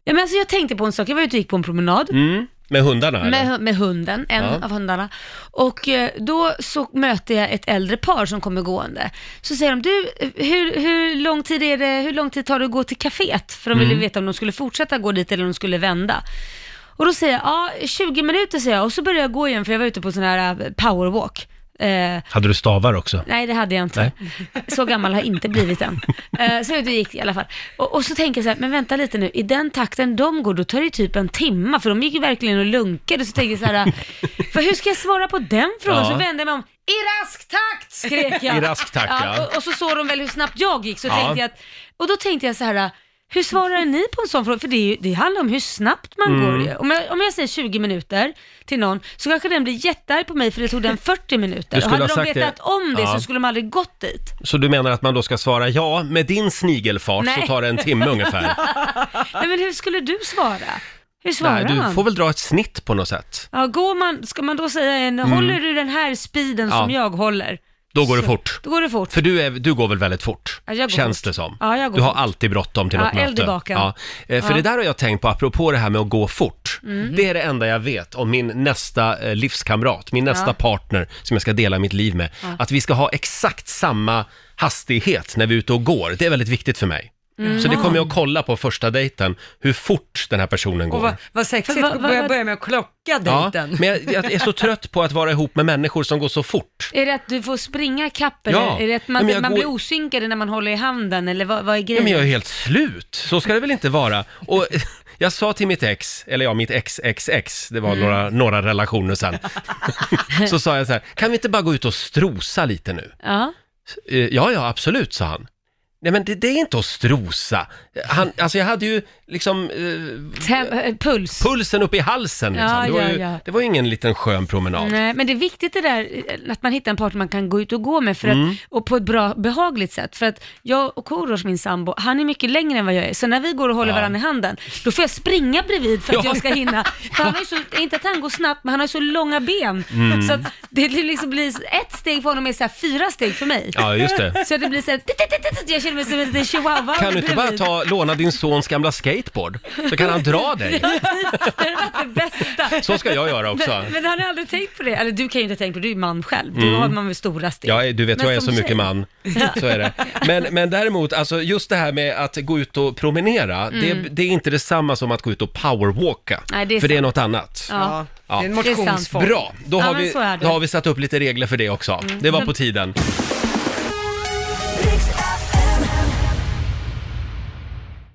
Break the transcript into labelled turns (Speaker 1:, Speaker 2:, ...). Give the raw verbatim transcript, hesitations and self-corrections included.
Speaker 1: Ja, men alltså jag tänkte på en sak, jag var ute och gick på en promenad.
Speaker 2: Mm. Med hundarna eller?
Speaker 1: Med, med hunden, en
Speaker 2: Ja.
Speaker 1: av hundarna. Och eh, då så möter jag ett äldre par som kommer gående. Så säger de, du, hur, hur lång tid är det, hur lång tid tar det att gå till kaféet? För de ville
Speaker 2: Mm.
Speaker 1: veta om de skulle fortsätta gå dit eller om de skulle vända. Och då säger jag, ja, tjugo minuter säger jag. Och så började jag gå igen för jag var ute på sån här powerwalk. Eh,
Speaker 2: Hade du stavar också?
Speaker 1: Nej, det hade jag inte.
Speaker 2: Nej.
Speaker 1: Så gammal har jag inte blivit än. Eh, så det gick i alla fall. Och, och så tänker jag så här, men vänta lite nu, i den takten de går, då tar det typ en timma, för de gick ju verkligen och lunkade. Så tänker jag så här, för hur ska jag svara på den frågan?
Speaker 2: Ja.
Speaker 1: Så vände jag mig om, i rask takt, skrek jag.
Speaker 2: I rask takt, ja.
Speaker 1: och, och så såg de väl hur snabbt jag gick, så
Speaker 2: Ja.
Speaker 1: tänkte jag att, och då tänkte jag så här, hur svarar ni på en sån fråga? För det, är ju, det handlar om hur snabbt man
Speaker 2: Mm.
Speaker 1: går ju. Om jag, om jag säger tjugo minuter till någon, så kanske den blir jättearg på mig för det tog den fyrtio minuter.
Speaker 2: Du
Speaker 1: Och
Speaker 2: skulle
Speaker 1: hade
Speaker 2: ha
Speaker 1: de
Speaker 2: sagt
Speaker 1: vetat
Speaker 2: det.
Speaker 1: om det
Speaker 2: Ja.
Speaker 1: så skulle de aldrig gått dit.
Speaker 2: Så du menar att man då ska svara ja, med din snigelfart
Speaker 1: Nej.
Speaker 2: så tar det en timme ungefär?
Speaker 1: Nej, men hur skulle du svara? Hur svarar
Speaker 2: Nej,
Speaker 1: man?
Speaker 2: du får väl dra ett snitt på något sätt.
Speaker 1: Ja, går man, ska man då säga en, håller du den här speeden som
Speaker 2: Ja.
Speaker 1: jag håller?
Speaker 2: Då går det
Speaker 1: Så-
Speaker 2: fort.
Speaker 1: Då går det fort.
Speaker 2: För du, är, du går väl väldigt fort,
Speaker 1: Ja, jag går
Speaker 2: känns
Speaker 1: fort.
Speaker 2: det som.
Speaker 1: Ja, jag går
Speaker 2: du har
Speaker 1: fort.
Speaker 2: alltid bråttom till
Speaker 1: Ja,
Speaker 2: något möte.
Speaker 1: eld i baken.
Speaker 2: Ja. Eh, För
Speaker 1: Ja.
Speaker 2: det där har jag tänkt på, apropå det här med att gå fort.
Speaker 1: Mm.
Speaker 2: Det är det enda jag vet om min nästa eh, livskamrat, min nästa
Speaker 1: Ja.
Speaker 2: partner som jag ska dela mitt liv med.
Speaker 1: Ja.
Speaker 2: Att vi ska ha exakt samma hastighet när vi är ute och går. Det är väldigt viktigt för mig. Så det kommer jag att kolla på första dejten, hur fort den här personen går.
Speaker 3: Och vad, vad sexigt,
Speaker 1: Vad- vad-
Speaker 3: börja,
Speaker 1: vad-
Speaker 3: börja med att klocka
Speaker 2: Ja,
Speaker 3: dejten.
Speaker 2: men jag, jag är så trött på att vara ihop med människor som går så fort.
Speaker 1: Är det att du får springa kapp eller
Speaker 2: Ja.
Speaker 1: är det att
Speaker 2: Nej,
Speaker 1: man,
Speaker 2: men jag
Speaker 1: man
Speaker 2: går-
Speaker 1: blir osynkade när man håller i handen eller vad, vad är
Speaker 2: Ja,
Speaker 1: grejen?
Speaker 2: men jag är helt slut. Så ska det väl inte vara. Och jag sa till mitt ex, eller ja, mitt ex ex ex, det var
Speaker 1: Mm.
Speaker 2: några, några relationer sen. Så sa jag så här, kan vi inte bara gå ut och strosa lite nu?
Speaker 1: Ja.
Speaker 2: Eh, Ja, ja, absolut, sa han. Nej, men det, det är inte att strosa. Han, alltså jag hade ju liksom eh,
Speaker 1: Tem- eh, puls.
Speaker 2: pulsen upp i halsen liksom.
Speaker 1: Ja,
Speaker 2: det, var
Speaker 1: ja,
Speaker 2: ju,
Speaker 1: ja.
Speaker 2: det var ju ingen liten skön promenad.
Speaker 1: Nej, men det är viktigt det där eh, att man hittar en partner man kan gå ut och gå med för att,
Speaker 2: Mm.
Speaker 1: och på ett bra, behagligt sätt. För att jag och Korosh, min sambo, han är mycket längre än vad jag är. Så när vi går och håller
Speaker 2: Ja.
Speaker 1: varandra i handen, då får jag springa bredvid för att
Speaker 2: Ja.
Speaker 1: jag ska hinna. För han har ju så, inte att han går snabbt, men han har ju så långa ben.
Speaker 2: Mm.
Speaker 1: Så att det liksom blir ett steg för honom är så här fyra steg för mig.
Speaker 2: Ja, just det.
Speaker 1: Så det blir så här, jag känner mig som en liten chihuahua.
Speaker 2: Kan du inte bara
Speaker 1: bredvid.
Speaker 2: ta, låna din sons gamla skateboard? Så kan han dra dig.
Speaker 1: Det har varit det bästa.
Speaker 2: Så ska jag göra också.
Speaker 1: Men, men har ni aldrig tänkt på det? Eller du kan ju inte tänka på det, du är ju man själv. Du har man med stora steg.
Speaker 2: Ja, du vet,
Speaker 1: Men
Speaker 2: jag är
Speaker 1: som
Speaker 2: så mycket
Speaker 1: tjej-
Speaker 2: man. Så är det. Men, men däremot, alltså just det här med att gå ut och promenera, det, det är inte detsamma som att gå ut och powerwalka.
Speaker 1: Nej, det är
Speaker 2: för det är
Speaker 1: sant.
Speaker 2: något annat.
Speaker 1: Ja.
Speaker 3: Ja, det är en
Speaker 1: det är sant.
Speaker 3: motionsform.
Speaker 2: Bra, då
Speaker 1: Ja,
Speaker 2: har,
Speaker 1: men
Speaker 2: vi,
Speaker 1: så är det.
Speaker 2: då har vi satt upp lite regler för det också. Det var på tiden.